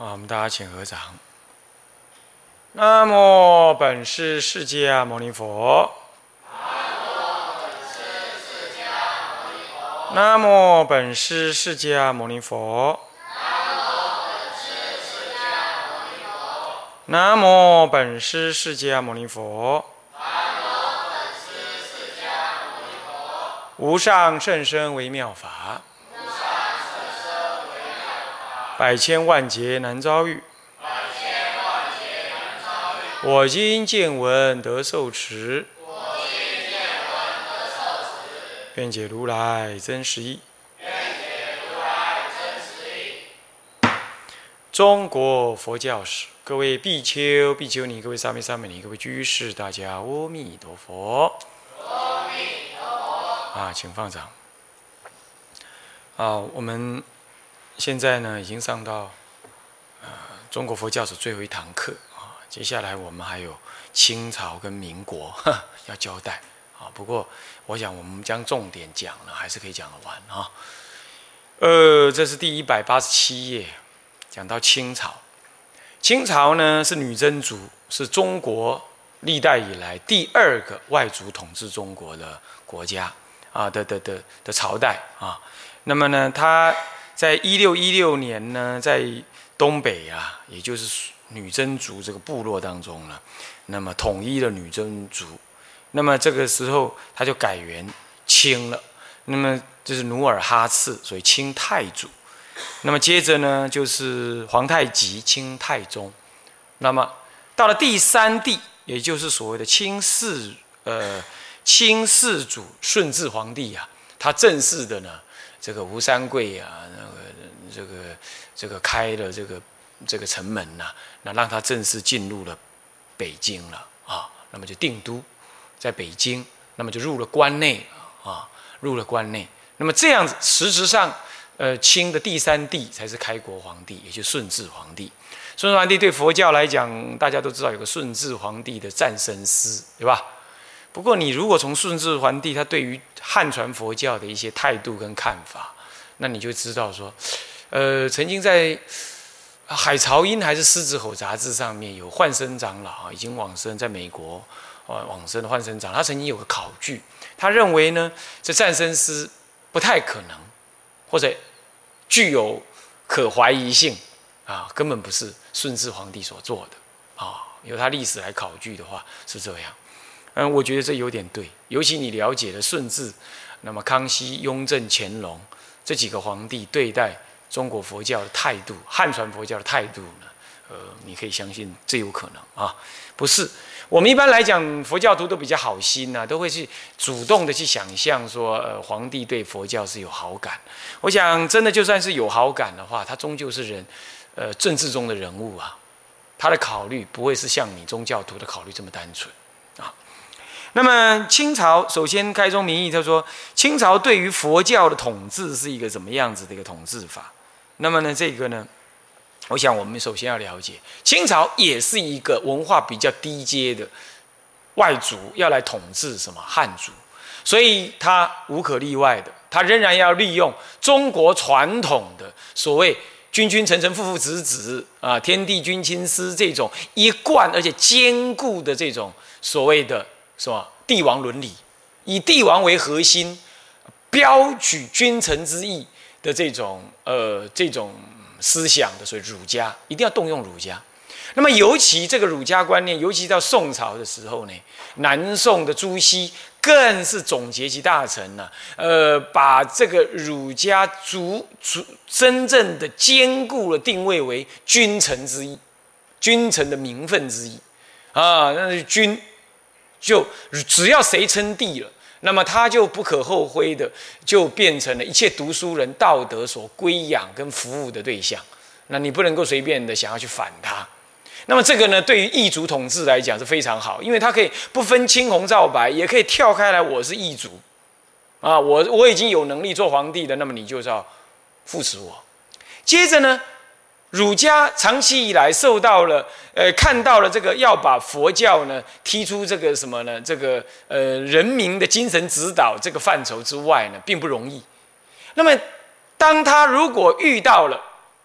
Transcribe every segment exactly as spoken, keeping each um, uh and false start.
啊，我们大家请合掌。南无本师释迦牟尼佛。南无本师释迦牟尼佛。南无本师释迦牟尼佛。无上甚深微妙法，百千万劫难遭遇。我今见闻得受持，愿解如来真实义。中国佛教史，各位比丘、比丘尼，各位沙弥、沙弥尼，各位居士，大家阿弥陀佛。阿弥陀佛。啊，请放掌。啊，我们现在呢已经上到呃中国佛教史最后一堂课啊，接下来我们还有清朝跟民国要交代啊。不过我想我们将重点讲了，还是可以讲得完啊。呃，这是第一百八十七页。讲到清朝，清朝呢是女真族，是中国历代以来第二个外族统治中国的国家啊的的的的朝代啊。那么呢，它在一六一六年呢，在东北啊，也就是女真族这个部落当中呢，那么统一了女真族。那么这个时候，他就改元清了。那么就是努尔哈赤，所以清太祖。那么接着呢，就是皇太极清太宗。那么到了第三帝，也就是所谓的清世呃清世祖顺治皇帝啊，他正式的呢，这个吴三桂啊，那个这个这个开了这个这个城门呐、啊，那让他正式进入了北京了啊。那么就定都在北京，那么就入了关内啊，入了关内。那么这样子，实质上。呃，清的第三帝才是开国皇帝，也就是顺治皇帝。顺治皇帝对佛教来讲，大家都知道有个顺治皇帝的战神诗，对吧？不过你如果从顺治皇帝他对于汉传佛教的一些态度跟看法，那你就知道说，呃，曾经在《海潮音》还是《狮子吼》杂志上面有幻生长老啊，已经往生，在美国啊往生的幻生长老，他曾经有个考据，他认为呢，这战神诗不太可能，或者具有可怀疑性啊，根本不是顺治皇帝所做的啊。由他历史来考据的话是这样，嗯，我觉得这有点对。尤其你了解了顺治，那么康熙、雍正、乾隆这几个皇帝对待中国佛教的态度、汉传佛教的态度呢，呃，你可以相信这有可能啊，不是。我们一般来讲，佛教徒都比较好心呐、啊，都会去主动的去想象说，呃，皇帝对佛教是有好感。我想，真的就算是有好感的话，他终究是人，呃，政治中的人物啊，他的考虑不会是像你宗教徒的考虑这么单纯啊。那么清朝首先开宗明义，他说清朝对于佛教的统治是一个怎么样子的一个统治法？那么呢，这个呢？我想，我们首先要了解，清朝也是一个文化比较低阶的外族，要来统治什么汉族，所以他无可例外的，他仍然要利用中国传统的所谓君君臣臣父父子子啊，天地君亲师这种一贯而且坚固的这种所谓的什么帝王伦理，以帝王为核心，标举君臣之义的这种呃这种。思想的，所以儒家一定要动用儒家。那么，尤其这个儒家观念，尤其到宋朝的时候呢，南宋的朱熹更是总结其大成呢、啊，呃，把这个儒家足足真正的坚固了定位为君臣之义，君臣的名分之义啊，那是君就只要谁称帝了。那么他就不可厚非的，就变成了一切读书人道德所归养跟服务的对象。那你不能够随便的想要去反他。那么这个呢，对于异族统治来讲是非常好，因为它可以不分青红皂白，也可以跳开来，我是异族啊，我我已经有能力做皇帝了，那么你就是要扶持我。接着呢，儒家长期以来受到了，呃，看到了这个要把佛教呢踢出这个什么呢？这个呃人民的精神指导这个范畴之外呢，并不容易。那么，当他如果遇到了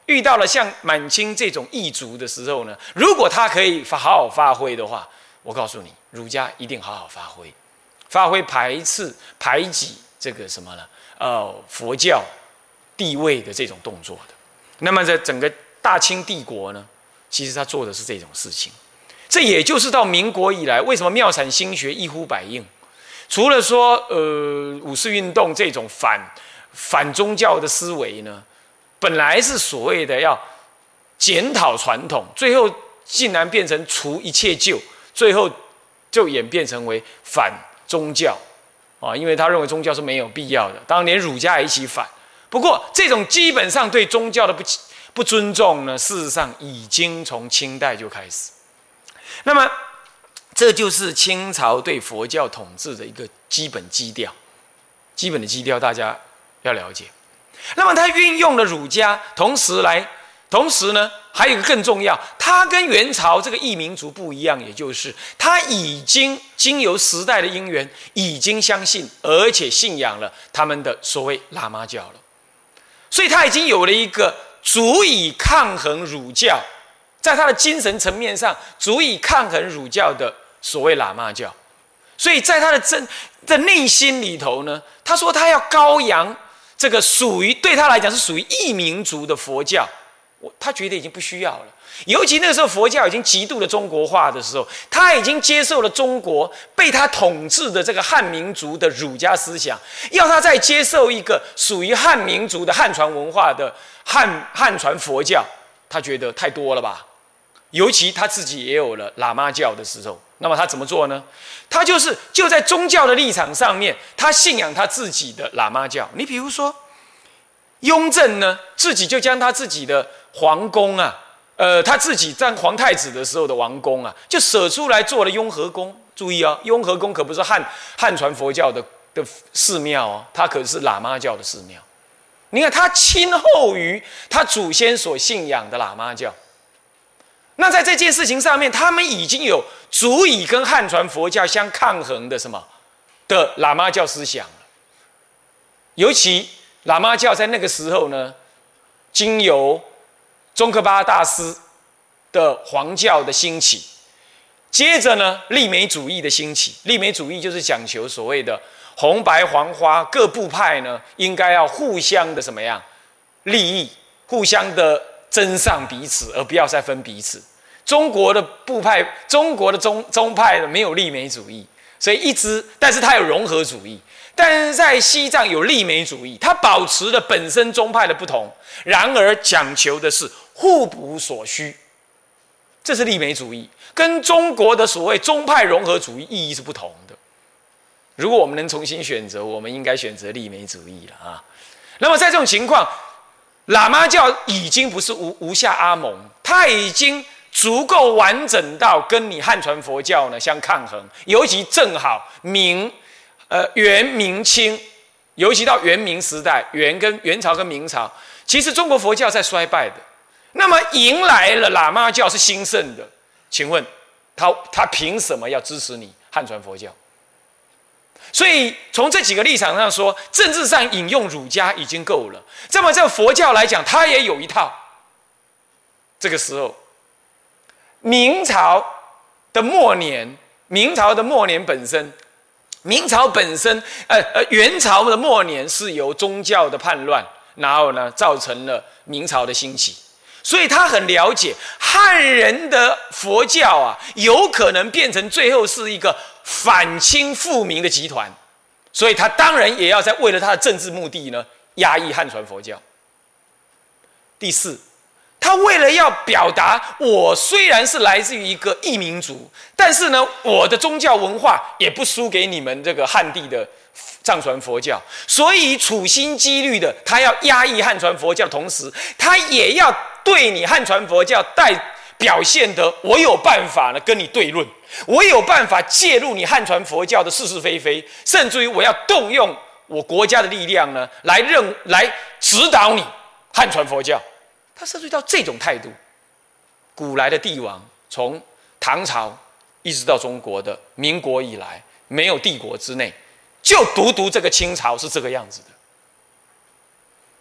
遇到了像满清这种异族的时候呢，如果他可以好好发挥的话，我告诉你，儒家一定好好发挥，发挥排斥、排挤这个什么呢？呃，佛教地位的这种动作的。那么在整个大清帝国呢，其实他做的是这种事情。这也就是到民国以来，为什么妙产心学一呼百应？除了说呃五四运动这种反反宗教的思维呢，本来是所谓的要检讨传统，最后竟然变成除一切旧，最后就演变成为反宗教啊，因为他认为宗教是没有必要的，当然连儒家也一起反。不过这种基本上对宗教的不不尊重呢，事实上已经从清代就开始。那么这就是清朝对佛教统治的一个基本基调，基本的基调大家要了解。那么他运用了儒家，同时来，同时呢，还有一个更重要，他跟元朝这个异民族不一样，也就是他已经经由时代的因缘，已经相信而且信仰了他们的所谓喇嘛教了，所以他已经有了一个足以抗衡儒教，在他的精神层面上足以抗衡儒教的所谓喇嘛教，所以在他的真的内心里头呢，他说他要高扬这个属于对他来讲是属于异民族的佛教，他觉得已经不需要了。尤其那个时候佛教已经极度的中国化的时候，他已经接受了中国被他统治的这个汉民族的儒家思想，要他再接受一个属于汉民族的汉传文化的汉汉传佛教，他觉得太多了吧。尤其他自己也有了喇嘛教的时候，那么他怎么做呢？他就是就在宗教的立场上面，他信仰他自己的喇嘛教。你比如说雍正呢，自己就将他自己的皇宫啊，呃，他自己当皇太子的时候的王宫啊，就舍出来做了雍和宫。注意哦，雍和宫可不是汉汉传佛教的的寺庙哦，它可是喇嘛教的寺庙。你看，他亲厚于他祖先所信仰的喇嘛教。那在这件事情上面，他们已经有足以跟汉传佛教相抗衡的什么的喇嘛教思想了。尤其喇嘛教在那个时候呢，经由宗喀巴大师的黄教的兴起，接着呢利美主义的兴起。利美主义就是讲求所谓的红白黄花各部派呢，应该要互相的什么样利益，互相的增上彼此，而不要再分彼此。中国的部派，中国的宗宗派没有利美主义，所以一直，但是它有融合主义。但是在西藏有利美主义，它保持了本身宗派的不同，然而讲求的是互补所需，这是利美主义，跟中国的所谓宗派融合主义意义是不同的。如果我们能重新选择，我们应该选择利美主义了啊。那么在这种情况，喇嘛教已经不是无无下阿蒙，它已经足够完整到跟你汉传佛教呢相抗衡，尤其正好明。呃，元明清，尤其到元明时代，元跟元朝跟明朝，其实中国佛教在衰败的。那么迎来了喇嘛教是兴盛的，请问他他凭什么要支持你汉传佛教？所以从这几个立场上说，政治上引用儒家已经够了。这么这佛教来讲，它也有一套。这个时候，明朝的末年，明朝的末年本身。明朝本身，呃呃，元朝的末年是由宗教的叛乱，然后呢，造成了明朝的兴起。所以他很了解汉人的佛教啊，有可能变成最后是一个反清复明的集团。所以他当然也要在为了他的政治目的呢，压抑汉传佛教。第四，他为了要表达，我虽然是来自于一个异民族，但是呢，我的宗教文化也不输给你们这个汉地的藏传佛教，所以处心积虑的，他要压抑汉传佛教的同时，他也要对你汉传佛教带表现的，我有办法呢跟你对论，我有办法介入你汉传佛教的是是非非，甚至于我要动用我国家的力量呢，来认来指导你汉传佛教。他涉及到这种态度，古来的帝王从唐朝一直到中国的民国以来，没有帝国之内，就独独这个清朝是这个样子的。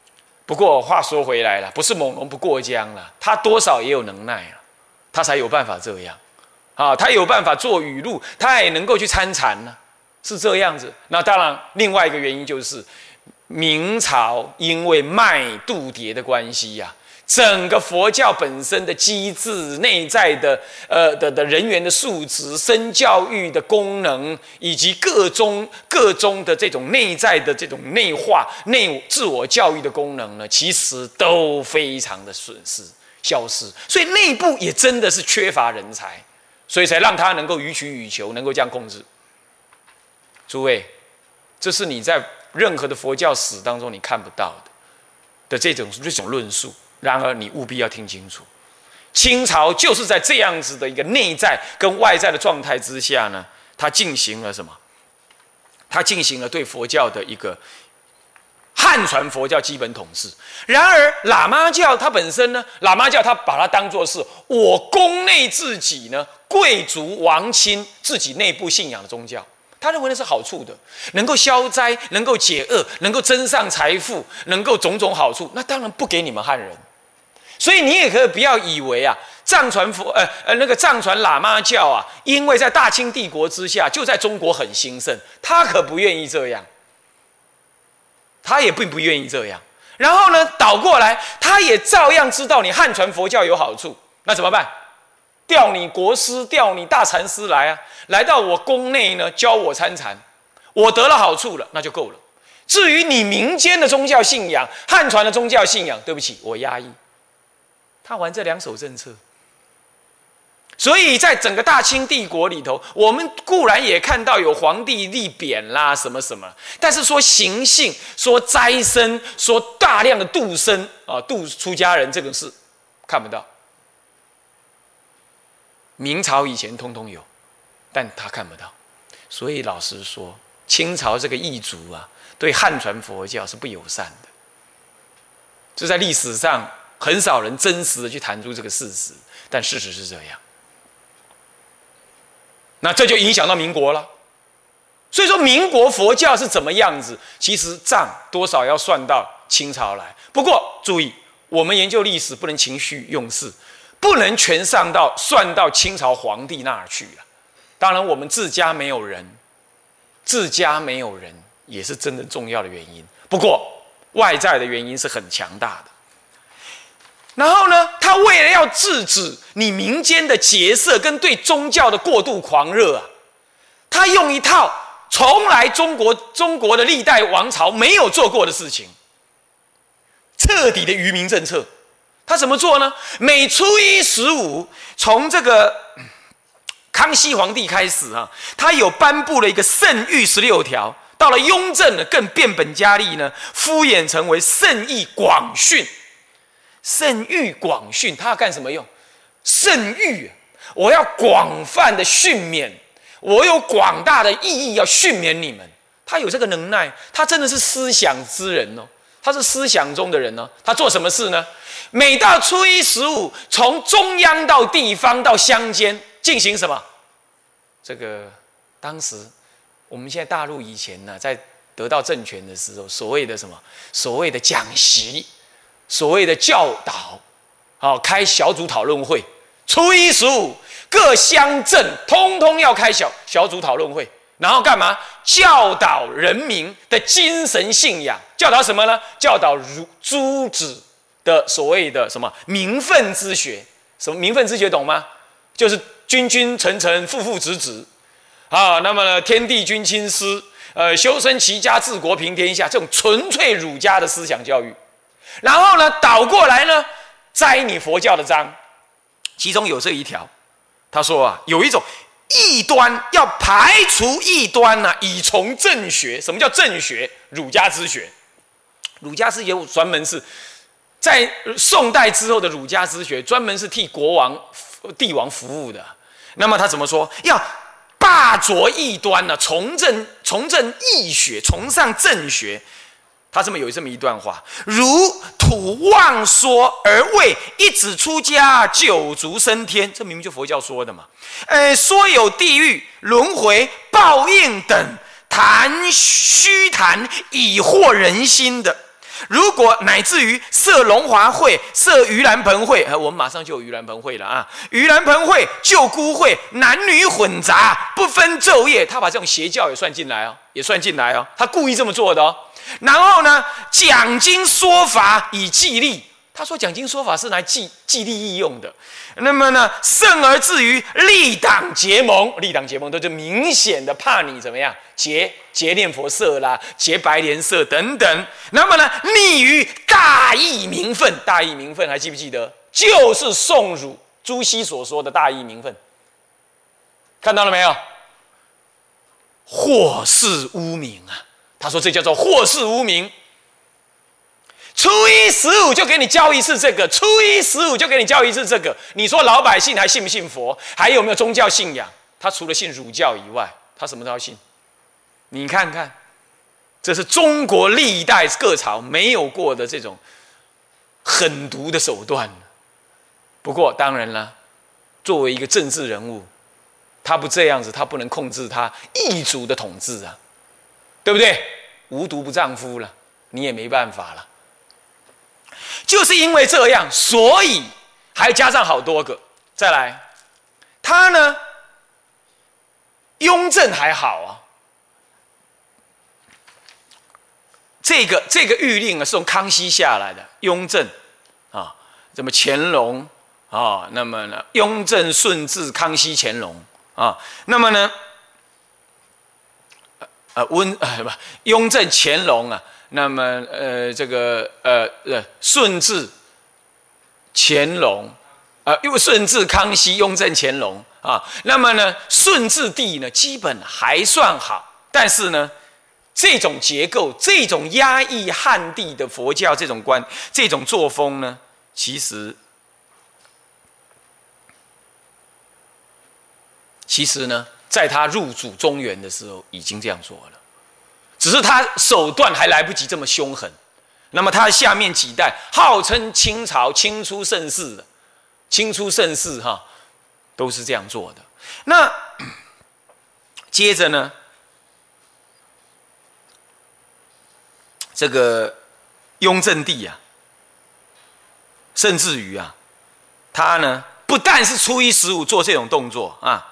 不过话说回来了，不是猛龙不过江了，他多少也有能耐了，他才有办法这样。啊，他有办法做语录，他也能够去参禅呢，是这样子。那当然，另外一个原因就是明朝因为卖度牒的关系呀、啊，整个佛教本身的机制、内在的呃的的人员的素质、身教育的功能，以及各宗各宗的这种内在的这种内化、内自我教育的功能呢，其实都非常的损失、消失，所以内部也真的是缺乏人才。所以才让他能够予取予求，能够这样控制。诸位，这是你在任何的佛教史当中你看不到的的这种这种论述。然而，你务必要听清楚，清朝就是在这样子的一个内在跟外在的状态之下呢，它进行了什么？它进行了对佛教的一个汉传佛教基本统治。然而，喇嘛教它本身呢，喇嘛教它把它当作是我宫内自己呢。贵族王亲自己内部信仰的宗教，他认为那是好处的，能够消灾，能够解厄，能够增上财富，能够种种好处，那当然不给你们汉人。所以你也可以不要以为啊，藏传佛呃呃那个藏传喇嘛教啊，因为在大清帝国之下，就在中国很兴盛，他可不愿意这样，他也并不愿意这样。然后呢，倒过来，他也照样知道你汉传佛教有好处，那怎么办？调你国师，调你大禅师来啊，来到我宫内呢，教我参禅，我得了好处了，那就够了。至于你民间的宗教信仰、汉传的宗教信仰，对不起，我压抑。他玩这两手政策，所以在整个大清帝国里头，我们固然也看到有皇帝立匾啦，什么什么，但是说行信、说斋僧、说大量的度僧啊、度出家人，这个是看不到。明朝以前通通有，但他看不到，所以老实说，清朝这个异族啊，对汉传佛教是不友善的。这在历史上很少人真实的去谈出这个事实，但事实是这样。那这就影响到民国了。所以说，民国佛教是怎么样子？其实账多少要算到清朝来。不过注意，我们研究历史不能情绪用事。不能全上到算到清朝皇帝那儿去了。当然，我们自家没有人，自家没有人也是真的重要的原因。不过，外在的原因是很强大的。然后呢，他为了要制止你民间的结社跟对宗教的过度狂热啊，他用一套从来中国中国的历代王朝没有做过的事情，彻底的愚民政策。他怎么做呢？每初一十五，从这个康熙皇帝开始啊，他有颁布了一个圣谕十六条。到了雍正呢，更变本加厉呢，敷衍成为圣谕广训。圣谕广训，他要干什么用？圣谕，我要广泛的训勉，我有广大的意义要训勉你们。他有这个能耐，他真的是思想之人哦。他是思想中的人呢、哦，他做什么事呢？每到初一十五，从中央到地方到乡间进行什么？这个当时我们现在大陆以前呢，在得到政权的时候，所谓的什么？所谓的讲习，所谓的教导，好、哦、开小组讨论会。初一十五，各乡镇通通要开小小组讨论会。然后干嘛？教导人民的精神信仰，教导什么呢？教导如诸子的所谓的什么名分之学？什么名分之学懂吗？就是君君臣臣，父父子子啊。那么呢，天地君亲师，呃，修身齐家治国平天下，这种纯粹儒家的思想教育。然后呢，倒过来呢，摘你佛教的章，其中有这一条，他说啊，有一种。异端要排除异端呢、啊，以从正学。什么叫正学？儒家之学。儒家之学专门是在宋代之后的儒家之学，专门是替国王、帝王服务的。那么他怎么说？要罢黜异端呢、啊，从正从正义学，崇尚正学。他这么有这么一段话：如土妄说而谓一子出家九族升天，这明明就佛教说的嘛。呃，说有地狱、轮回、报应等，谈虚谈以惑人心的。 如果乃至于设龙华会、设盂兰盆会，我们马上就有盂兰盆会了啊！盂兰盆会、救孤会，男女混杂，不分昼夜，他把这种邪教也算进来哦，也算进来哦，他故意这么做的哦。然后呢，讲经说法以济利。他说讲经说法是拿来济济利益用的。那么呢，甚而至于立党结盟，立党结盟都是明显的怕你怎么样结结念佛社啦，结白莲社等等。那么呢，溺于大义名分，大义名分还记不记得？就是宋儒朱熹所说的大义名分。看到了没有？祸世污名啊！他说这叫做祸世污名。初一十五就给你教一次这个，初一十五就给你教一次这个。你说老百姓还信不信佛？还有没有宗教信仰？他除了信儒教以外，他什么都要信。你看看，这是中国历代各朝没有过的这种狠毒的手段。不过当然了，作为一个政治人物，他不这样子，他不能控制他异族的统治啊，对不对？无毒不丈夫了，你也没办法了。就是因为这样，所以还加上好多个。再来，他呢，雍正还好啊。这个这个谕令啊，是从康熙下来的。雍正啊，什么乾隆啊，那么呢，雍正、顺治、康熙、乾隆啊，那么呢，呃温呃不，雍正、乾隆啊。那么，呃，这个，呃，呃，顺治、乾隆，呃，因为顺治、康熙、雍正、乾隆啊，那么呢，顺治帝呢，基本还算好，但是呢，这种结构、这种压抑汉地的佛教这种观、这种作风呢，其实，其实呢，在他入主中原的时候，已经这样做了。只是他手段还来不及这么凶狠，那么他下面几代号称清朝清初盛世的，清初盛世哈，都是这样做的。那接着呢，这个雍正帝啊，甚至于啊，他呢不但是初一十五做这种动作啊。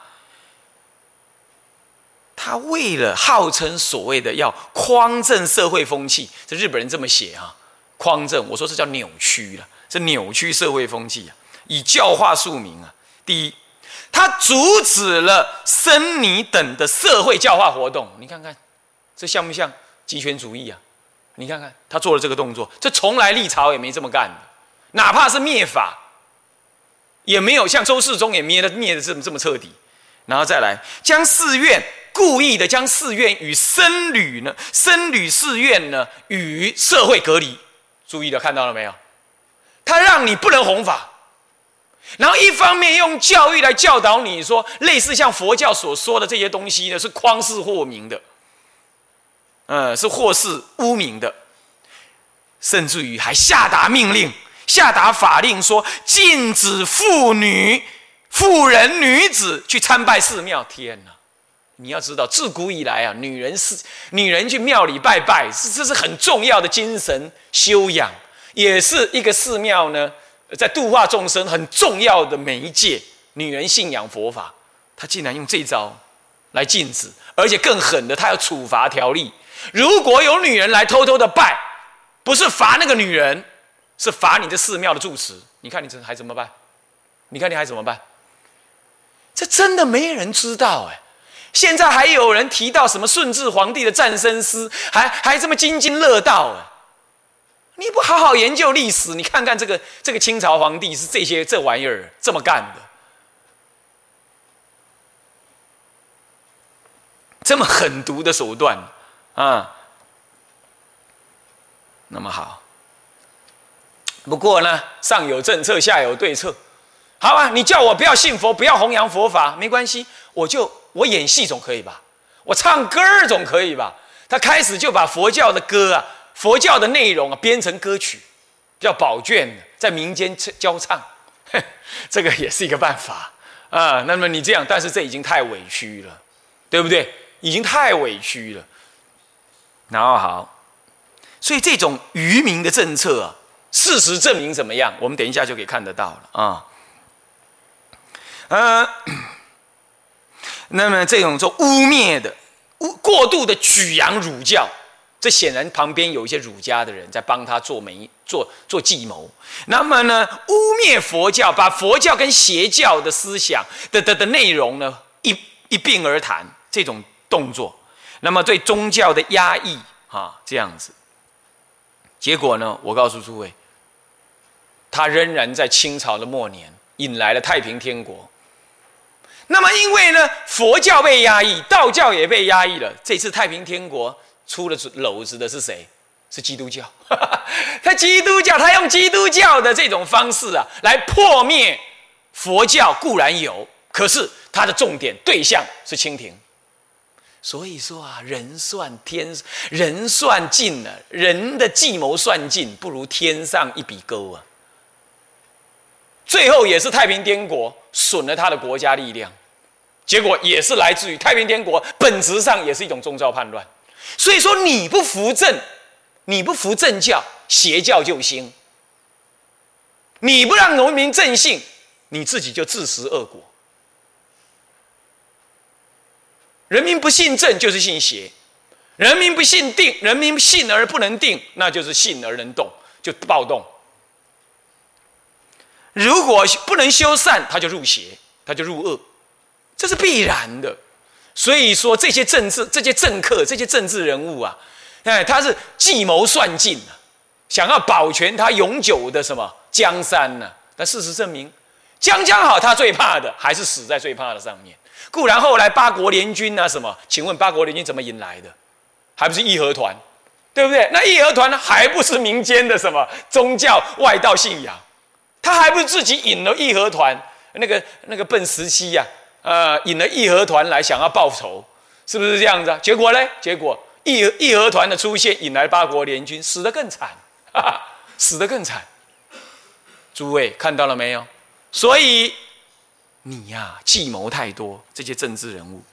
他为了号称所谓的要匡正社会风气，这日本人这么写啊，匡正，我说这叫扭曲了，这扭曲社会风气啊，以教化庶民啊。第一，他阻止了僧尼等的社会教化活动，你看看，这像不像极权主义啊？你看看他做了这个动作，这从来历朝也没这么干的，哪怕是灭法，也没有像周世宗也灭的灭的这么这么彻底。然后再来将寺院。故意的将寺院与僧侣呢，僧侣寺院呢与社会隔离，注意的看到了没有？他让你不能弘法，然后一方面用教育来教导你说，类似像佛教所说的这些东西呢，是匡世惑民的，呃，是祸世污名的，甚至于还下达命令、下达法令说禁止妇女、妇人、女子去参拜寺庙。天哪！你要知道，自古以来啊，女人是女人去庙里拜拜，是这是很重要的精神修养，也是一个寺庙呢在度化众生很重要的媒介。女人信仰佛法，她竟然用这招来禁止，而且更狠的，她有处罚条例。如果有女人来偷偷的拜，不是罚那个女人，是罚你这寺庙的住持。你看你这还怎么办？你看你还怎么办？这真的没人知道哎。现在还有人提到什么顺治皇帝的战生诗，还还这么津津乐道啊！你不好好研究历史，你看看这个这个清朝皇帝是这些这玩意儿这么干的，这么狠毒的手段啊！那么好，不过呢，上有政策，下有对策。好啊，你叫我不要信佛，不要弘扬佛法，没关系，我就我演戏总可以吧？我唱歌总可以吧？他开始就把佛教的歌啊，佛教的内容啊编成歌曲，叫宝卷，在民间教唱，这个也是一个办法啊。那么你这样，但是这已经太委屈了，对不对？已经太委屈了。然后好， 所以这种愚民的政策啊，事实证明怎么样？我们等一下就可以看得到了啊。呃，那么这种说污蔑的、污过度的举扬儒教，这显然旁边有一些儒家的人在帮他做媒、做做计谋。那么呢，污蔑佛教，把佛教跟邪教的思想的的的内容呢一一并而谈，这种动作，那么对宗教的压抑啊，这样子。结果呢，我告诉诸位，他仍然在清朝的末年引来了太平天国。那么因为呢，佛教被压抑，道教也被压抑了，这次太平天国出了篓子的是谁？是基督教。他基督教，他用基督教的这种方式啊，来破灭佛教固然有，可是他的重点对象是清廷。所以说啊，人算天，人算尽了，人的计谋算尽，不如天上一笔勾啊。最后也是太平天国损了他的国家力量，结果也是来自于太平天国本质上也是一种宗教叛乱。所以说你不服正，你不服正教，邪教就兴；你不让农民正信，你自己就自食恶果。人民不信正就是信邪，人民不信定，人民信而不能定，那就是信而能动，就暴动。如果不能修善，他就入邪，他就入恶，这是必然的。所以说这些政治、这些政客、这些政治人物啊，哎，他是计谋算尽啊，想要保全他永久的什么江山呢、啊？但事实证明，将将好，他最怕的还是死在最怕的上面。固然后来八国联军啊什么，请问八国联军怎么引来的？还不是义和团，对不对？那义和团呢，还不是民间的什么宗教外道信仰？他还不是自己引了义和团，那个那个笨时期呀、啊，呃，引了义和团来想要报仇，是不是这样子啊？结果呢？结果义义和团的出现引来八国联军，死得更惨，哈哈，死得更惨。诸位看到了没有？所以你呀、啊，计谋太多，这些政治人物。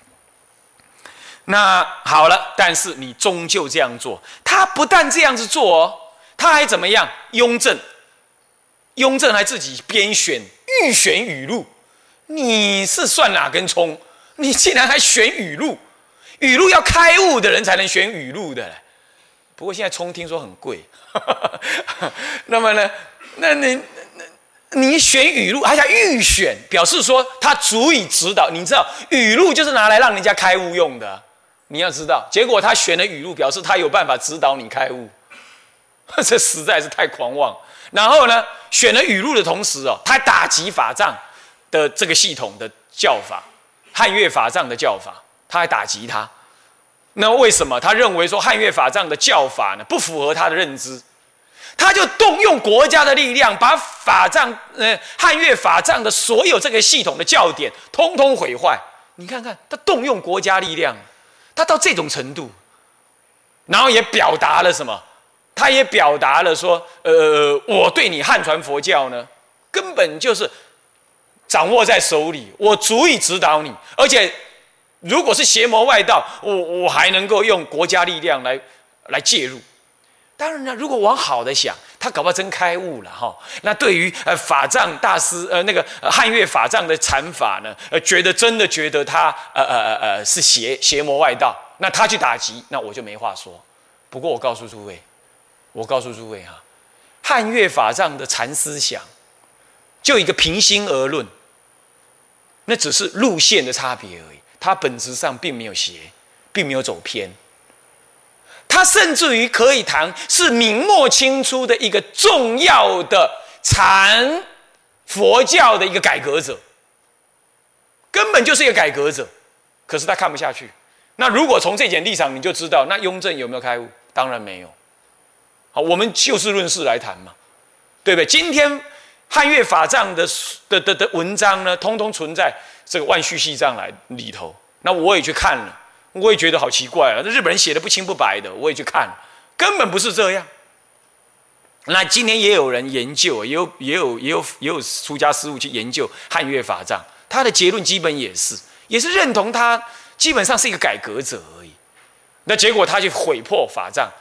那好了，但是你终究这样做，他不但这样子做哦，他还怎么样？雍正。雍正还自己编选预选语录，你是算哪根葱？你竟然还选语录？语录要开悟的人才能选语录的。不过现在葱听说很贵，那么呢？那你你选语录还叫预选，表示说它足以指导。你知道语录就是拿来让人家开悟用的，你要知道。结果他选了语录，表示他有办法指导你开悟，这实在是太狂妄。然后呢，选了语录的同时哦，他打击法藏的这个系统的教法，汉乐法藏的教法，他还打击他。那为什么？他认为说汉乐法藏的教法呢不符合他的认知，他就动用国家的力量，把法藏呃汉乐法藏的所有这个系统的教典通通毁坏。你看看，他动用国家力量，他到这种程度，然后也表达了什么？他也表达了说，呃，我对你汉传佛教呢，根本就是掌握在手里，我足以指导你，而且如果是邪魔外道，我我还能够用国家力量来来介入。当然了，如果往好的想，他搞不好真开悟了哈。那对于呃法藏大师呃那个、呃、汉乐法藏的禅法呢，呃觉得真的觉得他呃呃呃是邪邪魔外道，那他去打击，那我就没话说。不过我告诉诸位。我告诉诸位哈，汉乐法藏的禅思想，就一个平心而论，那只是路线的差别而已，它本质上并没有邪，并没有走偏。它甚至于可以谈是明末清初的一个重要的禅佛教的一个改革者，根本就是一个改革者。可是他看不下去。那如果从这点立场，你就知道，那雍正有没有开悟？当然没有。好，我们就事论事来谈嘛，对不对？今天汉乐法藏的的的的文章呢，通通存在这个万续系藏来里头。那我也去看了，我也觉得好奇怪啊！日本人写的不清不白的，我也去看了，根本不是这样。那今天也有人研究，也有也有也有也有出家师父去研究汉乐法藏，他的结论基本也是也是认同他基本上是一个改革者而已。那结果他去毁破法藏。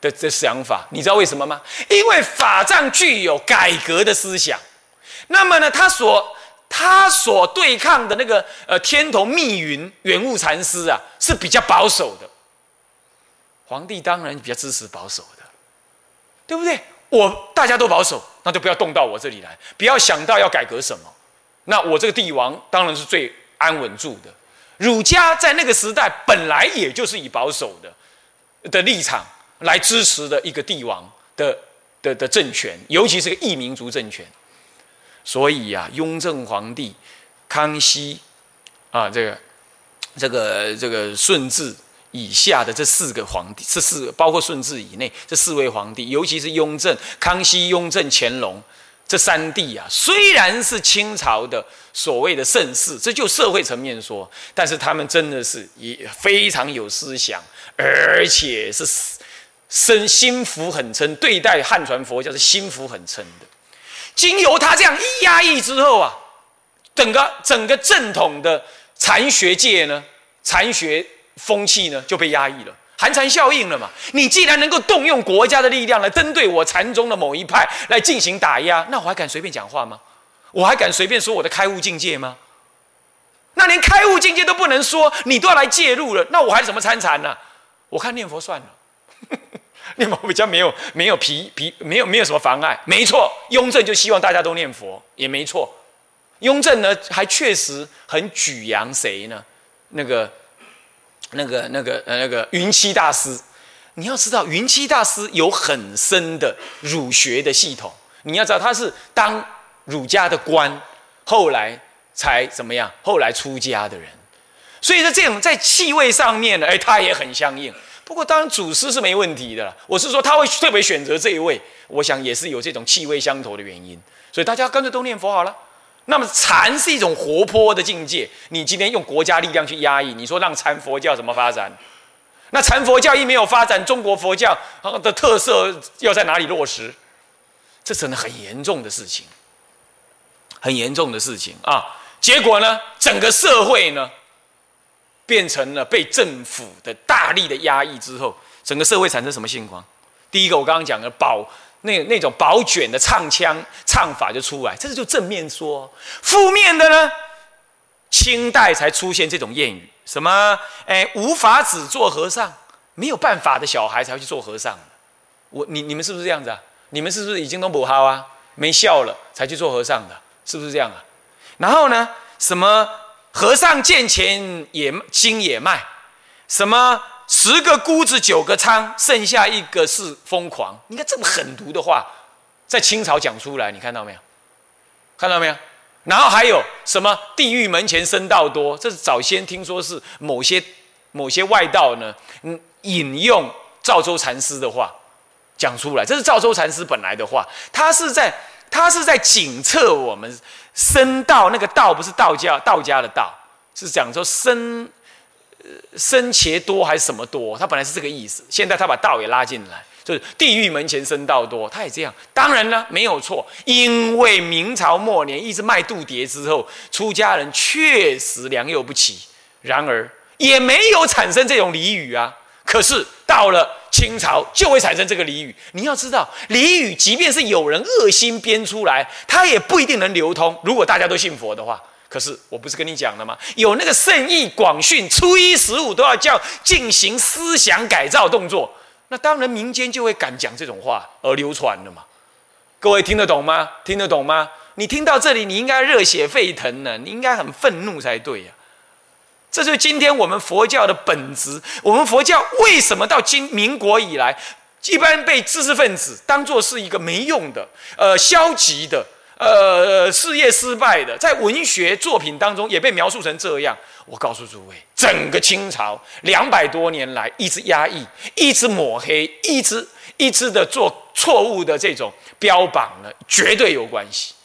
的的想法。你知道为什么吗？因为法藏具有改革的思想，那么呢，他所他所对抗的那个呃天童密云圆悟禅师啊，是比较保守的。皇帝当然比较支持保守的，对不对？我大家都保守，那就不要动到我这里来，不要想到要改革什么。那我这个帝王当然是最安稳住的。儒家在那个时代本来也就是以保守的的立场来支持的一个帝王的的的政权，尤其是个异民族政权。所以啊，雍正皇帝、康熙啊，这个这个这个顺治以下的这四个皇帝，这四个包括顺治以内这四位皇帝，尤其是雍正、康熙、雍正、乾隆这三帝啊，虽然是清朝的所谓的盛世，这就社会层面说，但是他们真的是也非常有思想，而且是身心服很称，对待汉传佛教是心服很称的。经由他这样一压抑之后啊，整个整个正统的禅学界呢，禅学风气呢就被压抑了，寒蝉效应了嘛。你既然能够动用国家的力量来针对我禅宗的某一派来进行打压，那我还敢随便讲话吗？我还敢随便说我的开悟境界吗？那连开悟境界都不能说，你都要来介入了，那我还怎么参禅呢？我看念佛算了。念佛比较没有没有皮皮没有没有什么妨碍，没错。雍正就希望大家都念佛，也没错。雍正呢，还确实很举扬谁呢？那个、那个、那个、呃、那个云栖大师。你要知道，云栖大师有很深的儒学的系统。你要知道，他是当儒家的官，后来才怎么样？后来出家的人。所以在这种在气味上面呢，哎，他也很相应。不过当然祖师是没问题的啦，我是说他会特别选择这一位，我想也是有这种气味相投的原因，所以大家干脆都念佛好了。那么禅是一种活泼的境界，你今天用国家力量去压抑，你说让禅佛教怎么发展？那禅佛教一没有发展，中国佛教的特色要在哪里落实？这真的很严重的事情，很严重的事情啊！结果呢，整个社会呢，变成了被政府的大力的压抑之后，整个社会产生什么情况？第一个，我刚刚讲的保那那种保卷的唱腔唱法就出来，这是就正面说。负面的呢，清代才出现这种谚语，什么哎无法子做和尚，没有办法的小孩才会去做和尚。我你你们是不是这样子啊？你们是不是已经都不好啊？没效了才去做和尚的，是不是这样啊？然后呢，什么？和尚见钱也经也卖，什么十个姑子九个娼，剩下一个是疯狂。你看这么狠毒的话，在清朝讲出来，你看到没有？看到没有？然后还有什么地狱门前僧道多，这是早先听说是某些某些外道呢，嗯，引用赵州禅师的话讲出来，这是赵州禅师本来的话，他是在他是在警策我们。僧道那个道不是道家道家的道，是讲说僧僧伽多还是什么多？他本来是这个意思，现在他把道也拉进来，就是地狱门前僧道多，他也这样。当然呢，没有错，因为明朝末年一直卖度牒之后，出家人确实良莠不齐，然而也没有产生这种俚语啊。可是到了清朝就会产生这个俚语。你要知道，俚语即便是有人恶心编出来，它也不一定能流通。如果大家都信佛的话，可是我不是跟你讲了吗？有那个圣意广训，初一十五都要叫进行思想改造动作，那当然民间就会敢讲这种话而流传了嘛。各位听得懂吗？听得懂吗？你听到这里，你应该热血沸腾呢，你应该很愤怒才对呀、啊。这就是今天我们佛教的本质。我们佛教为什么到今民国以来，一般被知识分子当作是一个没用的、呃消极的、呃事业失败的，在文学作品当中也被描述成这样。我告诉诸位，整个清朝两百多年来一直压抑，一直抹黑，一直一直的做错误的这种标榜呢，绝对有关系。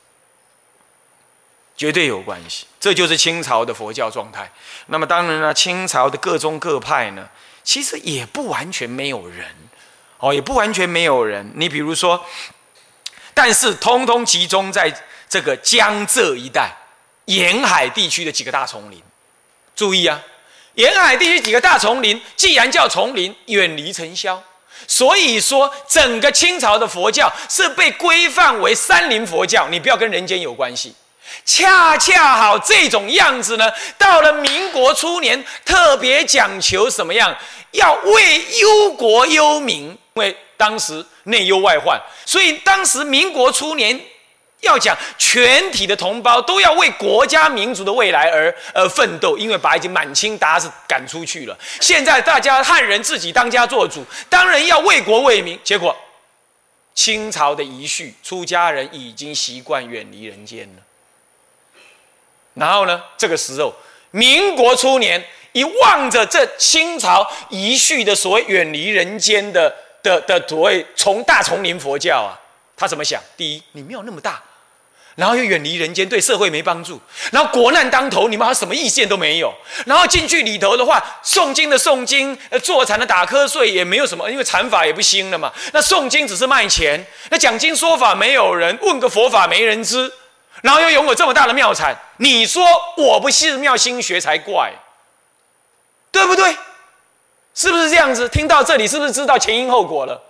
绝对有关系，这就是清朝的佛教状态。那么当然呢，清朝的各宗各派呢，其实也不完全没有人，哦，也不完全没有人。你比如说，但是通通集中在这个江浙一带、沿海地区的几个大丛林。注意啊，沿海地区几个大丛林，既然叫丛林，远离尘嚣， 所以说，整个清朝的佛教是被规范为山林佛教，你不要跟人间有关系。恰恰好这种样子呢，到了民国初年，特别讲求什么样？要为忧国忧民，因为当时内忧外患，所以当时民国初年要讲全体的同胞都要为国家民族的未来而而奋斗，因为把已经满清鞑子赶出去了。现在大家汉人自己当家做主，当然要为国为民。结果清朝的遗绪，出家人已经习惯远离人间了。然后呢，这个时候民国初年，一望着这清朝遗绪的所谓远离人间的的的所谓从大丛林佛教啊，他怎么想？第一，你庙那么大，然后又远离人间，对社会没帮助，然后国难当头，你们还什么意见都没有，然后进去里头的话，诵经的诵经，呃，坐禅的打瞌睡，也没有什么，因为禅法也不兴了嘛。那诵经只是卖钱，那讲经说法没有人，问个佛法没人知，然后又拥有这么大的庙产，你说我不寺庙兴学才怪，对不对？是不是这样子？听到这里，是不是知道前因后果了？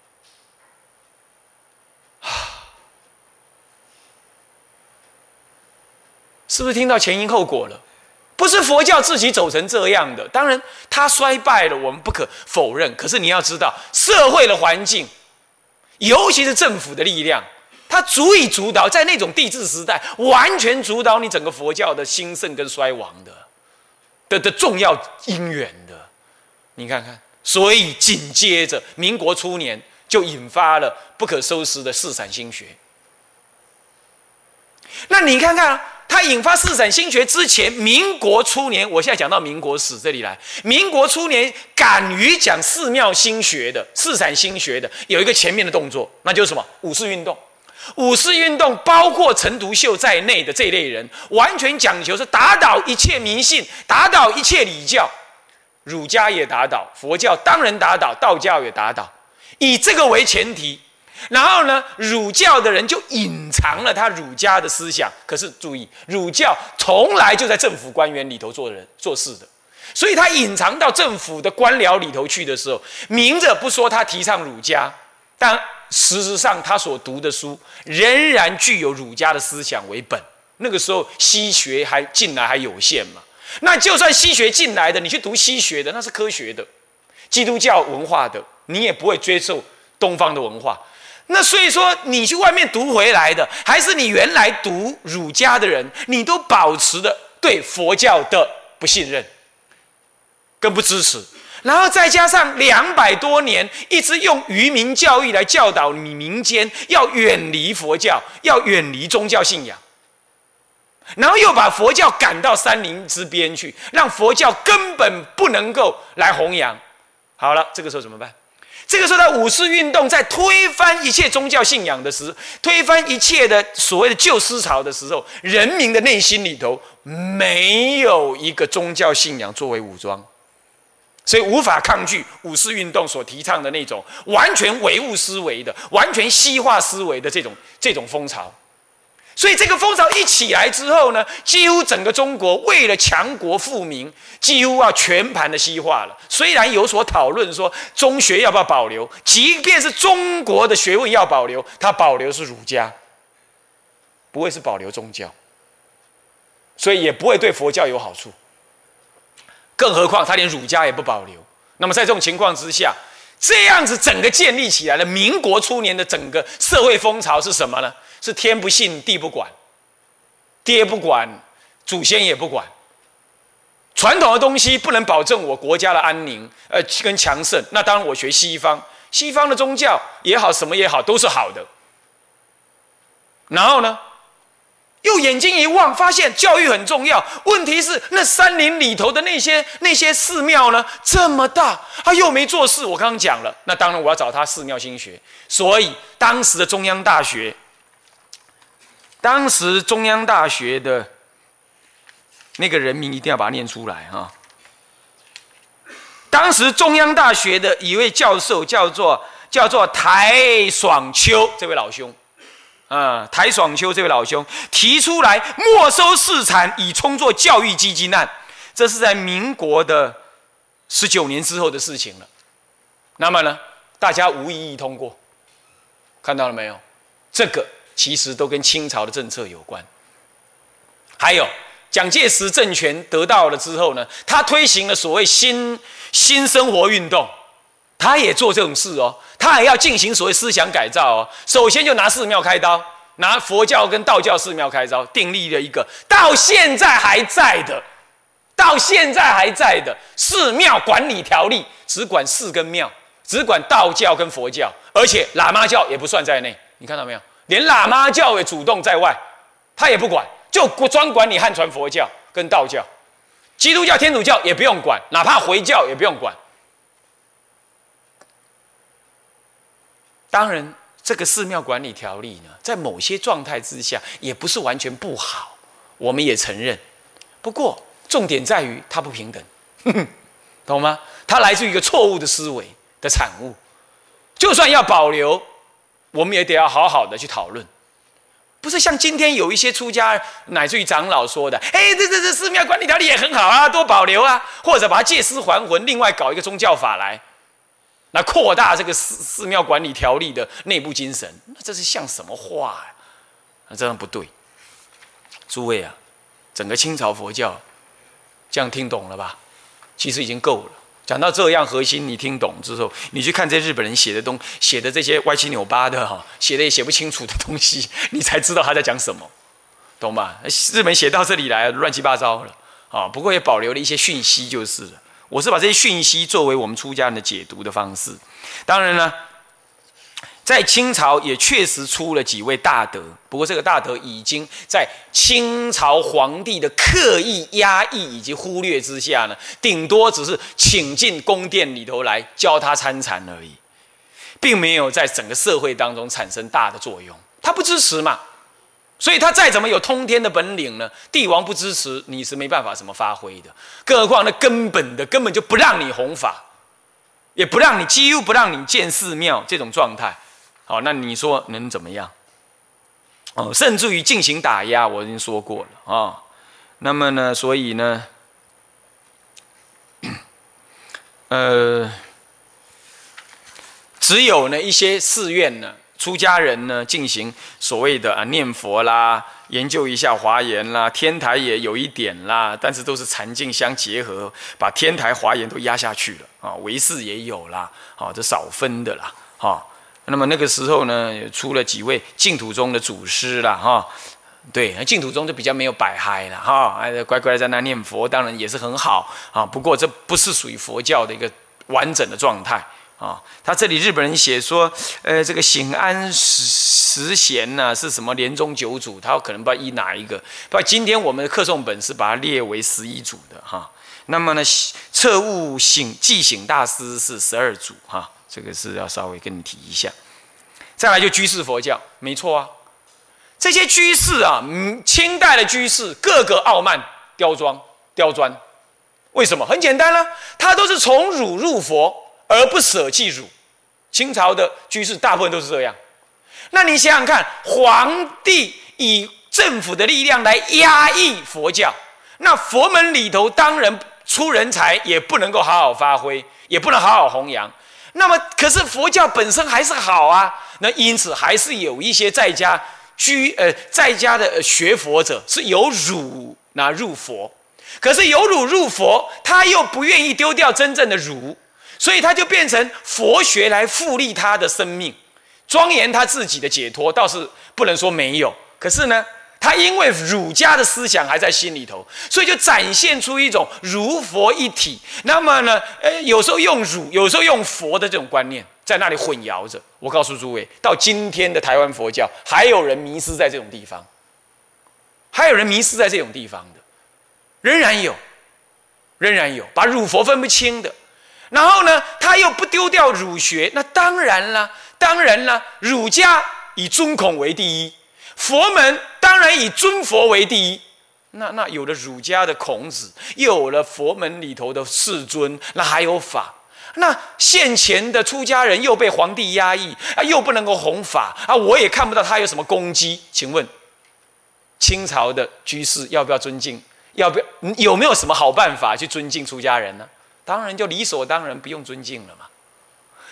是不是听到前因后果了？不是佛教自己走成这样的，当然它衰败了，我们不可否认。可是你要知道，社会的环境，尤其是政府的力量，它足以主导，在那种帝制时代，完全主导你整个佛教的兴盛跟衰亡的的的重要因缘的。你看看，所以紧接着民国初年就引发了不可收拾的四散心学。那你看看，它引发四散心学之前，民国初年，我现在讲到民国史这里来，民国初年敢于讲寺庙心学的、四散心学的，有一个前面的动作，那就是什么？五四运动。五四运动包括陈独秀在内的这一类人，完全讲求是打倒一切迷信，打倒一切礼教，儒家也打倒，佛教当然打倒，道教也打倒，以这个为前提。然后呢，儒教的人就隐藏了他儒家的思想。可是注意，儒教从来就在政府官员里头做人做事的，所以他隐藏到政府的官僚里头去的时候，明着不说他提倡儒家，但事实上他所读的书仍然具有儒家的思想为本。那个时候西学还进来还有限嘛，那就算西学进来的，你去读西学的，那是科学的，基督教文化的，你也不会接受东方的文化。那所以说，你去外面读回来的，还是你原来读儒家的人，你都保持的对佛教的不信任跟不支持，然后再加上两百多年一直用愚民教育来教导你民间要远离佛教，要远离宗教信仰，然后又把佛教赶到山林之边去，让佛教根本不能够来弘扬。好了，这个时候怎么办？这个时候的五四运动在推翻一切宗教信仰的时候，推翻一切的所谓的旧思潮的时候，人民的内心里头没有一个宗教信仰作为武装，所以无法抗拒五四运动所提倡的那种完全唯物思维的、完全西化思维的这种这种风潮。所以这个风潮一起来之后呢，几乎整个中国为了强国富民，几乎要全盘的西化了。虽然有所讨论说中学要不要保留，即便是中国的学问要保留，它保留是儒家，不会是保留宗教，所以也不会对佛教有好处。更何况他连儒家也不保留。那么在这种情况之下，这样子整个建立起来了民国初年的整个社会风潮是什么呢？是天不信地不管，爹不管，祖先也不管。传统的东西不能保证我国家的安宁，呃，跟强盛。那当然我学西方，西方的宗教也好，什么也好，都是好的。然后呢，又眼睛一望，发现教育很重要。问题是那山林里头的那些那些寺庙呢，这么大，他又没做事。我刚刚讲了，那当然我要找他寺庙心学。所以当时的中央大学。当时中央大学的那个人名一定要把它念出来哈。当时中央大学的一位教授叫做叫做台爽秋这位老兄，啊、嗯，台爽秋这位老兄提出来没收寺产以充作教育基金案，这是在民国的十九年之后的事情了。那么呢， 大家无异议通过，看到了没有？这个其实都跟清朝的政策有关。还有蒋介石政权得到了之后呢，他推行了所谓新新生活运动，他也做这种事哦，他也要进行所谓思想改造哦。首先就拿寺庙开刀，拿佛教跟道教寺庙开刀，订立了一个到现在还在的。到现在还在的寺庙管理条例，只管寺跟庙，只管道教跟佛教，而且喇嘛教也不算在内。你看到没有？连喇嘛教也主动在外，他也不管，就专管你汉传佛教跟道教。基督教、天主教也不用管，哪怕回教也不用管。当然，这个寺庙管理条例呢，在某些状态之下，也不是完全不好，我们也承认。不过，重点在于它不平等，呵呵，懂吗？它来自于一个错误的思维的产物。就算要保留，我们也得要好好的去讨论，不是像今天有一些出家乃至于长老说的，哎，这这这寺庙管理条例也很好啊，多保留啊，或者把它借尸还魂，另外搞一个宗教法来，来扩大这个寺寺庙管理条例的内部精神，那这是像什么话呀？那这样不对。诸位啊，整个清朝佛教。这样听懂了吧？其实已经够了。讲到这样核心，你听懂之后，你去看这日本人写的东写的这些歪七扭八的哈，写的也写不清楚的东西，你才知道他在讲什么，懂吗？日本写到这里来乱七八糟了啊，不过也保留了一些讯息就是了。我是把这些讯息作为我们出家人的解读的方式。当然呢，在清朝也确实出了几位大德，不过这个大德已经在清朝皇帝的刻意压抑以及忽略之下呢，顶多只是请进宫殿里头来教他参禅而已，并没有在整个社会当中产生大的作用。他不支持嘛，所以他再怎么有通天的本领呢，帝王不支持，你是没办法怎么发挥的。更何况那根本的根本就不让你弘法，也不让你几乎不让你建寺庙这种状态。好，那你说能怎么样？哦，甚至于进行打压，我已经说过了啊、哦。那么呢，所以呢，呃，只有呢一些寺院呢，出家人呢进行所谓的啊念佛啦，研究一下华严啦，天台也有一点啦，但是都是禅净相结合，把天台华严都压下去了啊。唯识也有啦，啊，这少分的啦，啊。那么那个时候呢，也出了几位净土宗的祖师啦，哈，对，净土宗就比较没有摆嗨了，哈，乖乖在那念佛，当然也是很好啊。不过这不是属于佛教的一个完整的状态啊。他这里日本人写说，呃，这个醒安十贤呢是什么莲宗九祖，他可能不知道依哪一个。不，今天我们的课诵本是把它列为十一祖的哈。那么呢，彻悟醒寂醒大师是十二祖哈。这个是要稍微跟你提一下。再来就居士佛教，没错啊，这些居士啊，嗯，清代的居士个个傲慢刁钻刁钻，为什么？很简单啦、啊，他都是从儒入佛，而不舍弃儒。清朝的居士大部分都是这样。那你想想看，皇帝以政府的力量来压抑佛教，那佛门里头当然出人才，也不能够好好发挥，也不能好好弘扬。那么，可是佛教本身还是好啊。那因此，还是有一些在家居呃在家的学佛者是由儒那入佛，可是由儒入佛，他又不愿意丢掉真正的儒，所以他就变成佛学来复利他的生命，庄严他自己的解脱，倒是不能说没有。可是呢，他因为儒家的思想还在心里头，所以就展现出一种儒佛一体。那么呢，呃，有时候用儒，有时候用佛的这种观念，在那里混淆着。我告诉诸位，到今天的台湾佛教，还有人迷失在这种地方，还有人迷失在这种地方的，仍然有，仍然有把儒佛分不清的。然后呢，他又不丢掉儒学，那当然啦，当然啦，儒家以尊孔为第一。佛门当然以尊佛为第一，那那有了儒家的孔子，又有了佛门里头的世尊，那还有法。那现前的出家人又被皇帝压抑啊，又不能够弘法啊，我也看不到他有什么功绩。请问，清朝的居士要不要尊敬？要不要有没有什么好办法去尊敬出家人呢？当然就理所当然不用尊敬了嘛。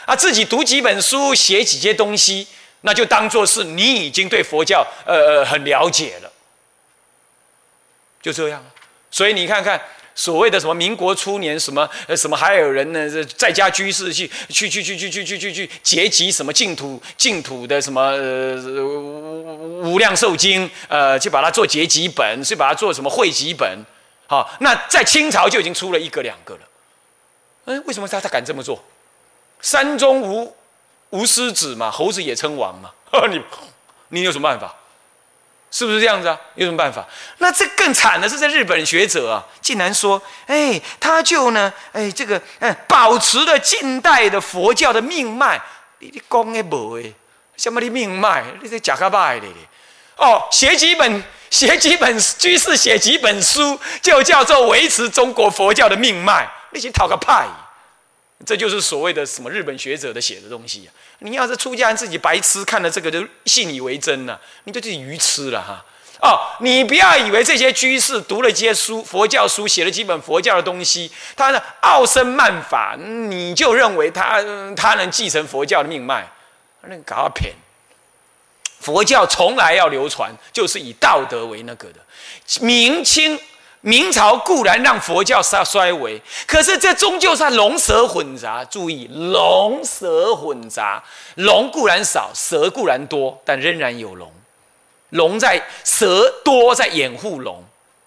啊，自己读几本书，写几些东西，那就当作是你已经对佛教呃呃很了解了，就这样。所以你看看。所谓的什么民国初年什么呃什么还有人呢在家居士去去去去去去去去去结集什么净土净土的什么呃无量寿经呃去把它做结集本，去把它做什么汇集本，好、哦，那在清朝就已经出了一个两个了。嗯，为什么他他敢这么做？山中无无狮子嘛，猴子也称王嘛。你你有什么办法？是不是这样子啊？有什么办法？那这更惨的是，在日本学者啊，竟然说，哎，他就呢，哎，这个，哎，保持了近代的佛教的命脉。你你讲的无诶，什么的命脉？你这假个拜的哦，写几本，写几本居士写几本书，就叫做维持中国佛教的命脉。你去讨个派！这就是所谓的什么日本学者的写的东西啊！你要是出家人自己白痴，看了这个就信以为真了、啊，你就自己愚痴了哈！哦，你不要以为这些居士读了这些书，佛教书，写了几本佛教的东西，他呢傲生慢法，你就认为他他能继承佛教的命脉，那搞到骗！佛教从来要流传，就是以道德为那个的。明清。明朝固然让佛教衰微，可是这终究是龙蛇混杂。注意，龙蛇混杂，龙固然少，蛇固然多，但仍然有龙。龙在蛇多，在掩护龙。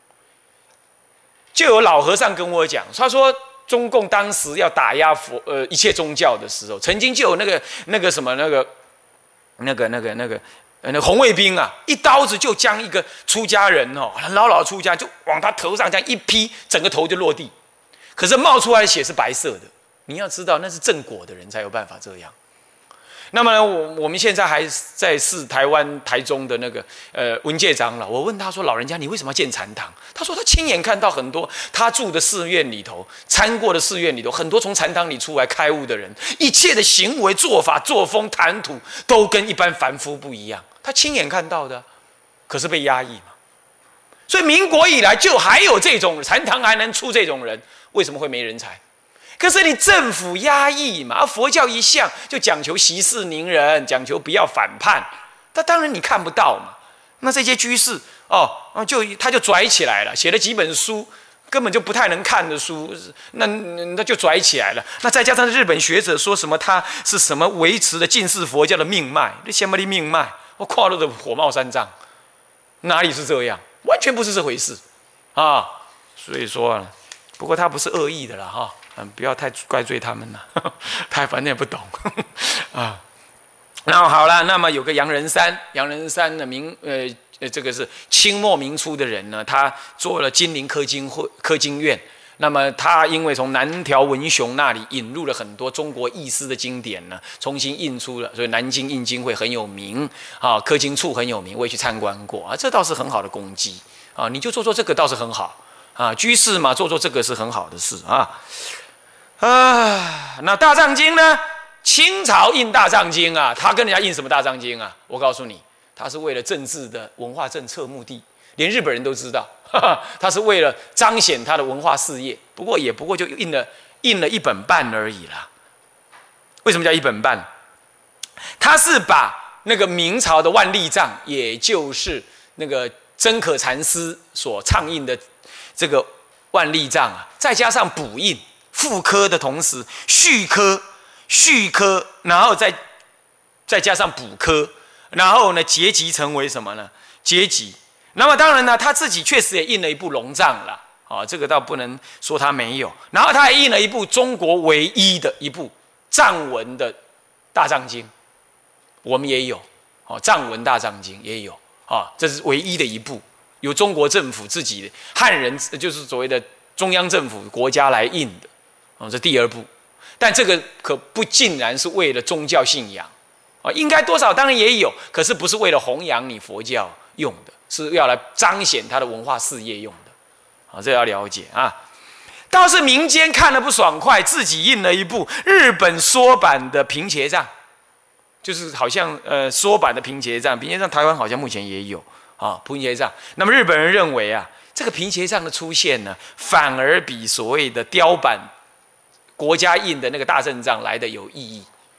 就有老和尚跟我讲，他说中共当时要打压佛呃一切宗教的时候，曾经就有那个那个什么那个那个那个那个。那个红卫兵啊，一刀子就将一个出家人哦，老老出家就往他头上这样一劈，整个头就落地。可是冒出来的血是白色的，你要知道那是正果的人才有办法这样。那么呢，我我们现在还在是台湾台中的那个呃文界长老，我问他说：“老人家，你为什么要建禅堂？”他说他亲眼看到很多他住的寺院里头、参过的寺院里头，很多从禅堂里出来开悟的人，一切的行为、做法、作风、谈吐都跟一般凡夫不一样。他亲眼看到的，可是被压抑嘛。所以民国以来就还有这种禅堂还能出这种人，为什么会没人才？可是你政府压抑嘛，佛教一向就讲求息事宁人，讲求不要反叛，那当然你看不到嘛。那这些居士哦，就他就拽起来了，写了几本书，根本就不太能看的书，那那就拽起来了。那再加上日本学者说什么他是什么维持了近世佛教的命脉，那什么的命脉，我跨入的火冒三丈，哪里是这样？完全不是这回事啊！所以说啊，不过他不是恶意的啦哈。嗯，不要太怪罪他们了，他反正也不懂啊。然后好了，那么有个杨仁山，杨仁山的明呃呃，这个是清末明初的人呢，他做了金陵科经会科经院。那么他因为从南条文雄那里引入了很多中国译师的经典呢，重新印出了，所以南京印经会很有名啊，科经处很有名，我也去参观过啊，这倒是很好的功绩啊。你就做做这个倒是很好啊，居士嘛，做做这个是很好的事啊。啊，那大藏经呢？清朝印大藏经啊，他跟人家印什么大藏经啊？我告诉你，他是为了政治的文化政策目的，连日本人都知道，哈哈，他是为了彰显他的文化事业。不过也不过就印了印了一本半而已啦。为什么叫一本半？他是把那个明朝的万历藏，也就是那个真可禅师所倡印的这个万历藏啊，再加上补印。复刻的同时，续刻、续刻，然后再再加上补刻，然后呢结集成为什么呢？结集。那么当然呢，他自己确实也印了一部龙藏了，啊、哦，这个倒不能说他没有。然后他还印了一部中国唯一的一部藏文的大藏经，我们也有，哦，藏文大藏经也有，啊、哦，这是唯一的一部由中国政府自己的汉人，就是所谓的中央政府国家来印的。哦，这第二步，但这个可不尽然是为了宗教信仰啊，应该多少当然也有，可是不是为了弘扬你佛教用的，是要来彰显他的文化事业用的，啊，这要了解啊。倒是民间看了不爽快，自己印了一部日本缩版的平伽藏，就是好像呃缩版的平伽藏，平伽藏台湾好像目前也有啊，平伽藏。那么日本人认为啊，这个平伽藏的出现呢，反而比所谓的雕版国家印的那个大正藏来的有意义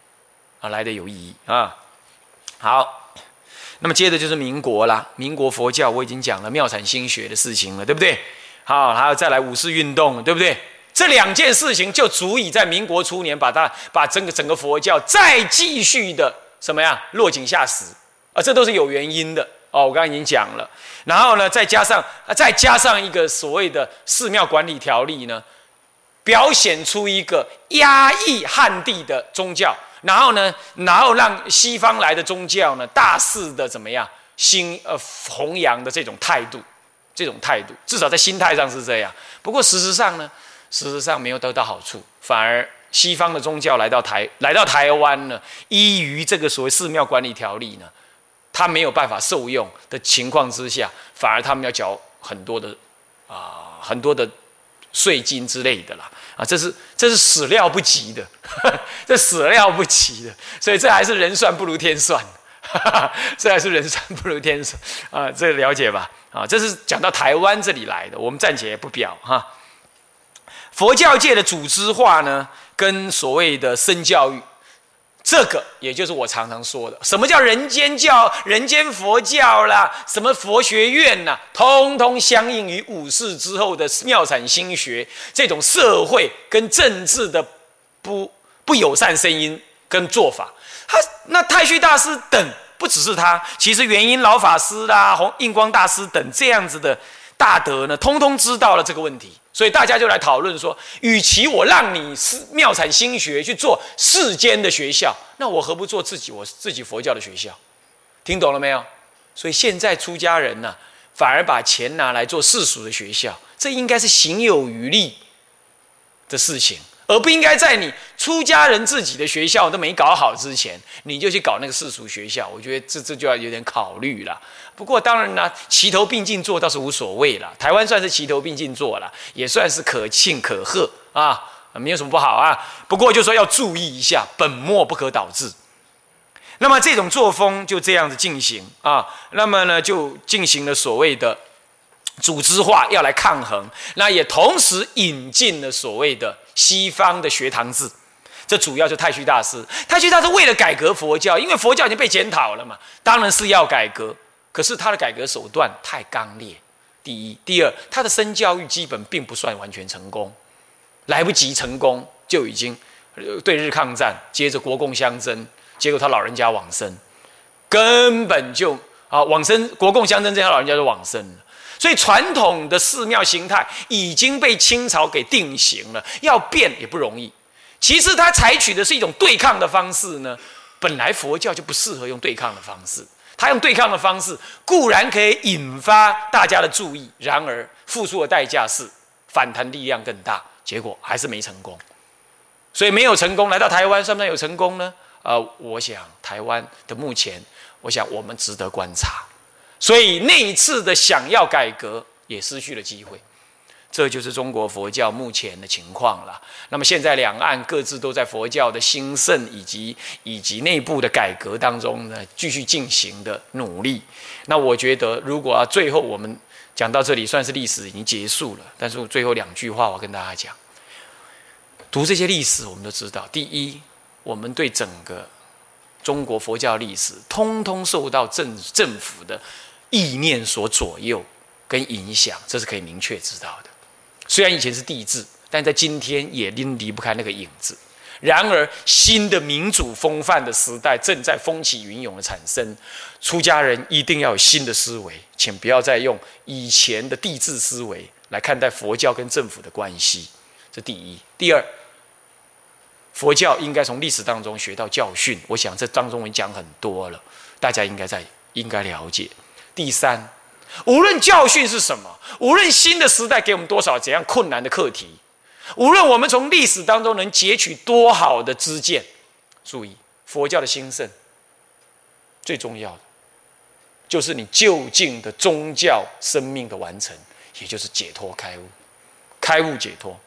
啊来的有意义啊。好，那么接着就是民国啦，民国佛教我已经讲了妙产心学的事情了，对不对？好，还有再来五四运动，对不对？这两件事情就足以在民国初年把它把整个整个佛教再继续的什么呀落井下石啊，这都是有原因的哦。我刚刚已经讲了，然后呢，再加上再加上一个所谓的寺庙管理条例呢，表现出一个压抑汉地的宗教，然后呢，然后让西方来的宗教呢大肆的怎么样兴呃弘扬的这种态度，这种态度至少在心态上是这样。不过事实上呢？事实上没有得到好处，反而西方的宗教来到台来到台湾呢，依于这个所谓寺庙管理条例呢，他没有办法受用的情况之下，反而他们要缴很多的啊、呃、很多的税金之类的啦啊，这是这是始料不及的，呵呵这始料不及的，所以这还是人算不如天算，呵呵这还是人算不如天算啊，这个了解吧？啊，这是讲到台湾这里来的，我们暂且不表哈。佛教界的组织化呢，跟所谓的身教育，这个也就是我常常说的，什么叫人间教、人间佛教啦，什么佛学院啦，通通相应于五四之后的妙产心学这种社会跟政治的不不友善声音跟做法。他那太虚大师等不只是他，其实元音老法师啦、弘印光大师等这样子的大德呢，通通知道了这个问题。所以大家就来讨论说，与其我让你妙产心学去做世间的学校，那我何不做自己我自己佛教的学校？听懂了没有？所以现在出家人呢、啊，反而把钱拿来做世俗的学校，这应该是行有余力的事情，而不应该在你出家人自己的学校都没搞好之前，你就去搞那个世俗学校。我觉得这这就要有点考虑了。不过当然啦，齐头并进做倒是无所谓啦。台湾算是齐头并进做了，也算是可庆可贺啊，没有什么不好啊。不过就说要注意一下，本末不可导致。那么这种作风就这样子进行啊，那么呢就进行了所谓的组织化，要来抗衡。那也同时引进了所谓的西方的学堂制。这主要就是太虚大师，太虚大师为了改革佛教，因为佛教已经被检讨了嘛，当然是要改革。可是他的改革手段太刚烈，第一，第二，他的身教育基本并不算完全成功，来不及成功就已经对日抗战，接着国共相争，结果他老人家往生，根本就啊往生国共相争，这他老人家就往生了。所以传统的寺庙形态已经被清朝给定型了，要变也不容易。其实他采取的是一种对抗的方式呢，本来佛教就不适合用对抗的方式。他用对抗的方式固然可以引发大家的注意，然而付出的代价是反弹力量更大，结果还是没成功。所以没有成功，来到台湾算不算有成功呢？呃，我想台湾的目前，我想我们值得观察。所以那一次的想要改革也失去了机会。这就是中国佛教目前的情况了。那么现在两岸各自都在佛教的兴盛以及以及内部的改革当中呢，继续进行的努力。那我觉得，如果啊最后我们讲到这里，算是历史已经结束了。但是我最后两句话，我跟大家讲：读这些历史，我们都知道，第一，我们对整个中国佛教历史，通通受到政政府的意念所左右跟影响，这是可以明确知道的。虽然以前是帝制，但在今天也离不开那个影子。然而，新的民主风范的时代正在风起云涌的产生，出家人一定要有新的思维，请不要再用以前的帝制思维来看待佛教跟政府的关系。这第一。第二，佛教应该从历史当中学到教训，我想这当中我讲很多了，大家应该在应该了解。第三，无论教训是什么，无论新的时代给我们多少怎样困难的课题，无论我们从历史当中能截取多好的知见，注意佛教的兴盛，最重要的就是你究竟的宗教生命的完成，也就是解脱开悟，开悟解脱。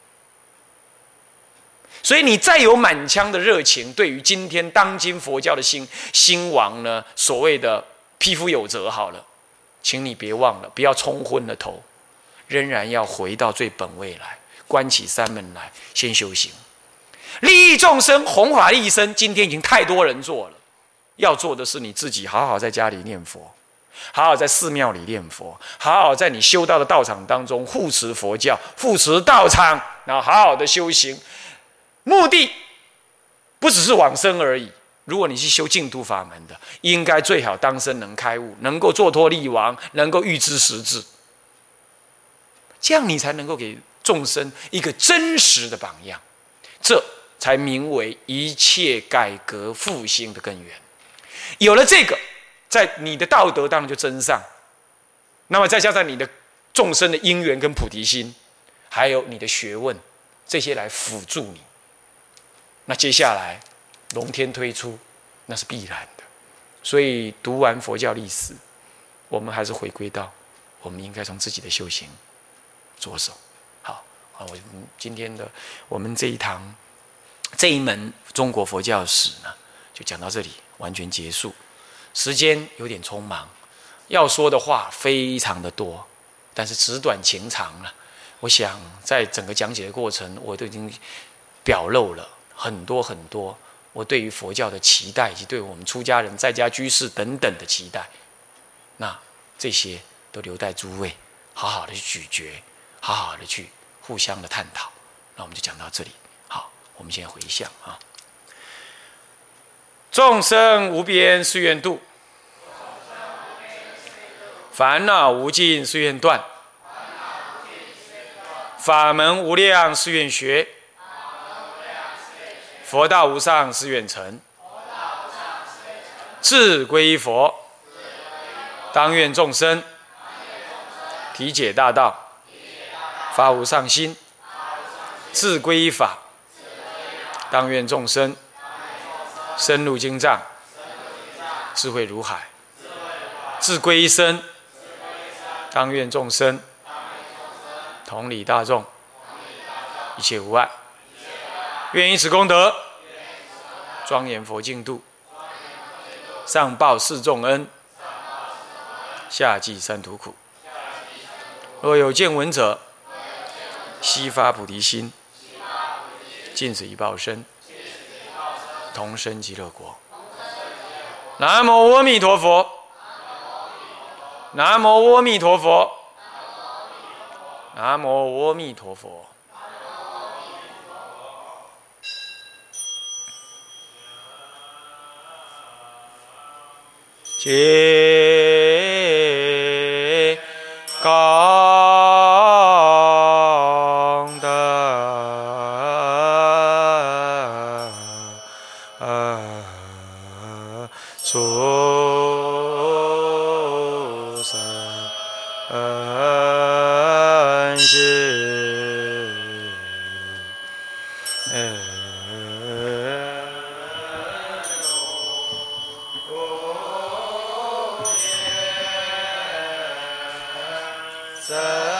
所以你再有满腔的热情，对于今天当今佛教的兴兴亡呢，所谓的匹夫有责好了，请你别忘了，不要冲昏了头，仍然要回到最本位来，关起山门来，先修行。 利益众生，弘法利生，今天已经太多人做了。要做的是你自己，好好在家里念佛，好好在寺庙里念佛，好好在你修道的道场当中护持佛教，护持道场，然后好好的修行。目的不只是往生而已。如果你是修净土法门的，应该最好当生能开悟，能够坐脱力王，能够预知实质，这样你才能够给众生一个真实的榜样，这才名为一切改革复兴的根源。有了这个，在你的道德当然就增上，那么再加上你的众生的因缘跟菩提心，还有你的学问，这些来辅助你，那接下来龙天推出，那是必然的。所以读完佛教历史，我们还是回归到，我们应该从自己的修行着手。好，好，我今天的我们这一堂这一门中国佛教史呢，就讲到这里，完全结束。时间有点匆忙，要说的话非常的多，但是纸短情长了。我想在整个讲解的过程，我都已经表露了很多很多我对于佛教的期待，以及对我们出家人、在家居士等等的期待。那这些都留待诸位好好的去咀嚼，好好的去互相的探讨。那我们就讲到这里。好，我们现在回向啊。众生无边誓愿度，烦恼无尽誓愿断，法门无量誓愿学，佛道无上誓愿成，志归佛，当愿众生体解大道，发无上心，志归法，当愿众生深入经藏，智慧如海，志归身，当愿众生同理大众，一切无碍。愿以此功德，庄严佛净土，上报四重恩，下济三途苦。若有见闻者，悉发菩提心，尽此一报身，同生极乐国。南无阿弥陀佛，南无阿弥陀佛，南无阿弥陀佛。揭广大殊胜事，三